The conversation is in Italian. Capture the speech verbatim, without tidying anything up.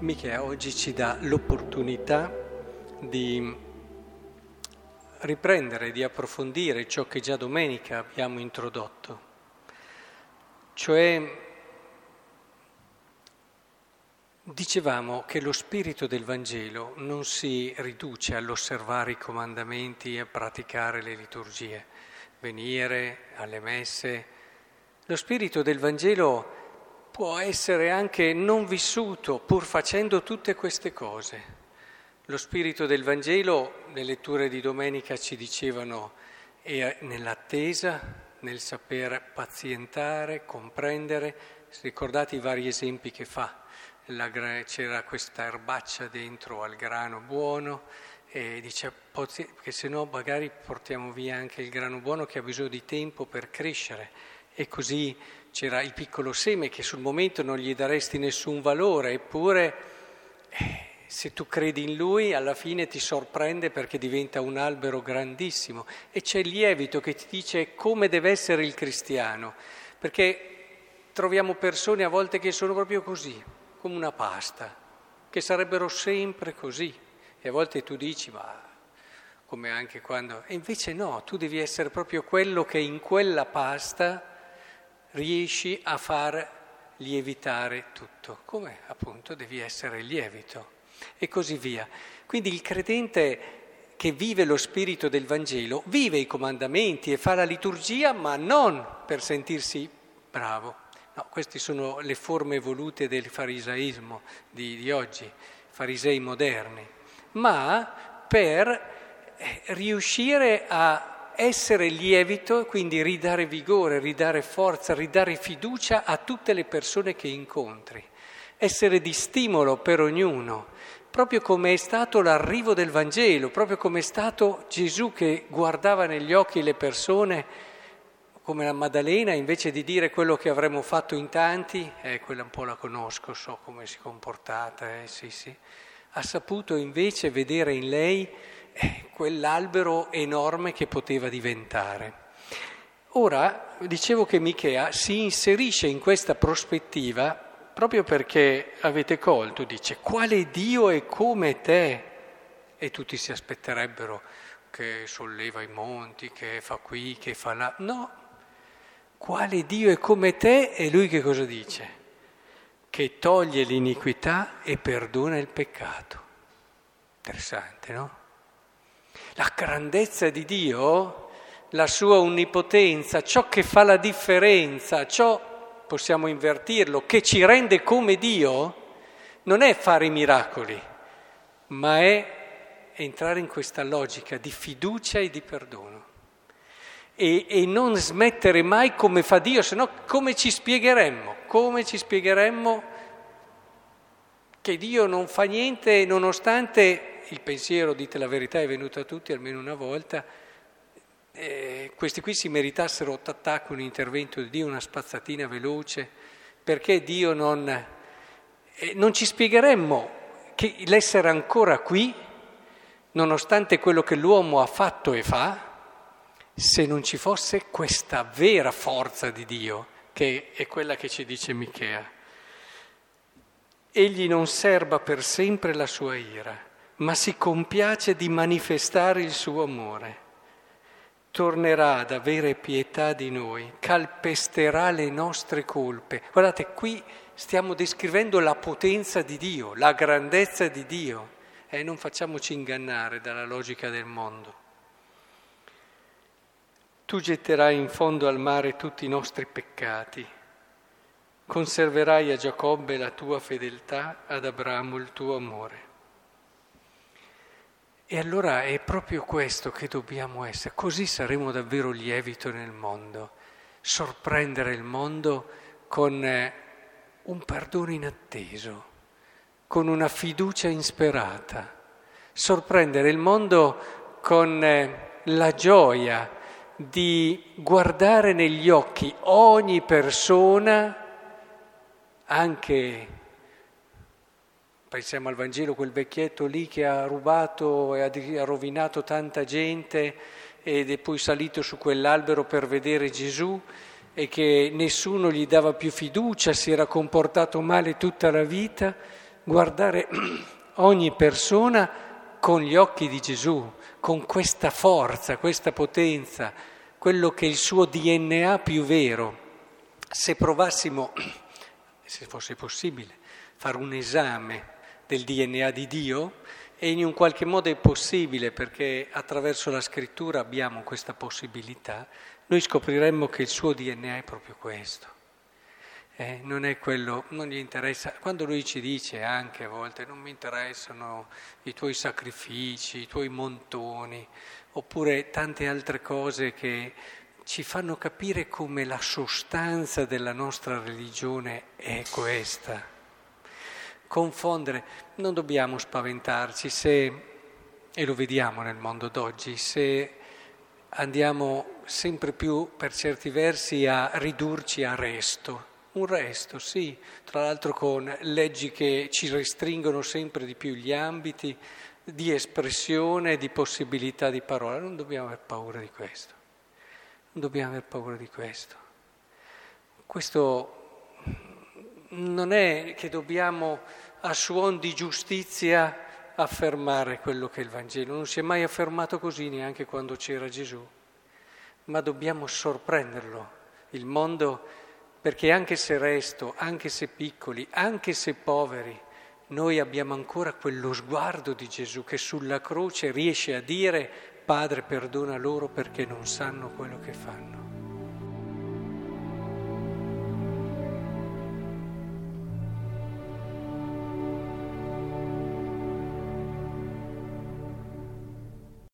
Michea oggi ci dà l'opportunità di riprendere, di approfondire ciò che già domenica abbiamo introdotto, cioè dicevamo che lo spirito del Vangelo non si riduce all'osservare i comandamenti e a praticare le liturgie, venire alle messe. Lo spirito del Vangelo può essere anche non vissuto pur facendo tutte queste cose. Lo spirito del Vangelo, le letture di domenica ci dicevano, è nell'attesa, nel saper pazientare, comprendere. Ricordate i vari esempi che fa. La, c'era questa erbaccia dentro al grano buono e dice che se no magari portiamo via anche il grano buono che ha bisogno di tempo per crescere. E così c'era il piccolo seme che sul momento non gli daresti nessun valore, eppure eh, se tu credi in lui alla fine ti sorprende perché diventa un albero grandissimo. E c'è il lievito che ti dice come deve essere il cristiano, perché troviamo persone a volte che sono proprio così, come una pasta, che sarebbero sempre così. E a volte tu dici, ma come anche quando... E invece no, tu devi essere proprio quello che in quella pasta riesci a far lievitare tutto, come appunto devi essere il lievito e così via. Quindi il credente che vive lo spirito del Vangelo vive i comandamenti e fa la liturgia, ma non per sentirsi bravo. No, queste sono le forme evolute del farisaismo di, di oggi, farisei moderni, ma per riuscire a essere lievito, quindi ridare vigore, ridare forza, ridare fiducia a tutte le persone che incontri, essere di stimolo per ognuno, proprio come è stato l'arrivo del Vangelo, proprio come è stato Gesù che guardava negli occhi le persone, come la Maddalena, invece di dire quello che avremmo fatto in tanti, eh, quella un po' la conosco, so come si è comportata, eh, sì sì, ha saputo invece vedere in lei Eh, quell'albero enorme che poteva diventare. Ora, dicevo che Michea si inserisce in questa prospettiva proprio perché avete colto, dice, quale Dio è come te? E tutti si aspetterebbero che solleva i monti, che fa qui, che fa là. No, quale Dio è come te? E lui che cosa dice? Che toglie l'iniquità e perdona il peccato. Interessante, no? La grandezza di Dio, la sua onnipotenza, ciò che fa la differenza, ciò, possiamo invertirlo, che ci rende come Dio, non è fare i miracoli, ma è entrare in questa logica di fiducia e di perdono. E, e non smettere mai come fa Dio, se no come ci spiegheremmo? Come ci spiegheremmo che Dio non fa niente nonostante... Il pensiero, dite la verità, è venuto a tutti almeno una volta. Eh, questi qui si meritassero tattacco un intervento di Dio, una spazzatina veloce, perché Dio non... Eh, non ci spiegheremmo che l'essere ancora qui, nonostante quello che l'uomo ha fatto e fa, se non ci fosse questa vera forza di Dio, che è quella che ci dice Michea. Egli non serba per sempre la sua ira, ma si compiace di manifestare il suo amore. Tornerà ad avere pietà di noi, calpesterà le nostre colpe. Guardate, qui stiamo descrivendo la potenza di Dio, la grandezza di Dio. E eh, non facciamoci ingannare dalla logica del mondo. Tu getterai in fondo al mare tutti i nostri peccati. Conserverai a Giacobbe la tua fedeltà, ad Abramo il tuo amore. E allora è proprio questo che dobbiamo essere, così saremo davvero lievito nel mondo, sorprendere il mondo con un perdono inatteso, con una fiducia insperata, sorprendere il mondo con la gioia di guardare negli occhi ogni persona, anche... Pensiamo al Vangelo, quel vecchietto lì che ha rubato e ha rovinato tanta gente ed è poi salito su quell'albero per vedere Gesù e che nessuno gli dava più fiducia, si era comportato male tutta la vita, guardare ogni persona con gli occhi di Gesù, con questa forza, questa potenza, quello che è il suo D N A più vero. Se provassimo, se fosse possibile, fare un esame del D N A di Dio, e in un qualche modo è possibile perché attraverso la scrittura abbiamo questa possibilità, noi scopriremmo che il suo D N A è proprio questo. Eh, non è quello, non gli interessa, quando lui ci dice anche a volte non mi interessano i tuoi sacrifici, i tuoi montoni, oppure tante altre cose che ci fanno capire come la sostanza della nostra religione è questa. Confondere, non dobbiamo spaventarci se, e lo vediamo nel mondo d'oggi, se andiamo sempre più per certi versi a ridurci a resto. Un resto, sì, tra l'altro con leggi che ci restringono sempre di più gli ambiti di espressione, di possibilità di parola. Non dobbiamo aver paura di questo. Non dobbiamo aver paura di questo. Questo non è che dobbiamo a suon di giustizia affermare quello che è il Vangelo. Non si è mai affermato così neanche quando c'era Gesù. Ma dobbiamo sorprenderlo, il mondo, perché anche se resto, anche se piccoli, anche se poveri, noi abbiamo ancora quello sguardo di Gesù che sulla croce riesce a dire: Padre, perdona loro perché non sanno quello che fanno.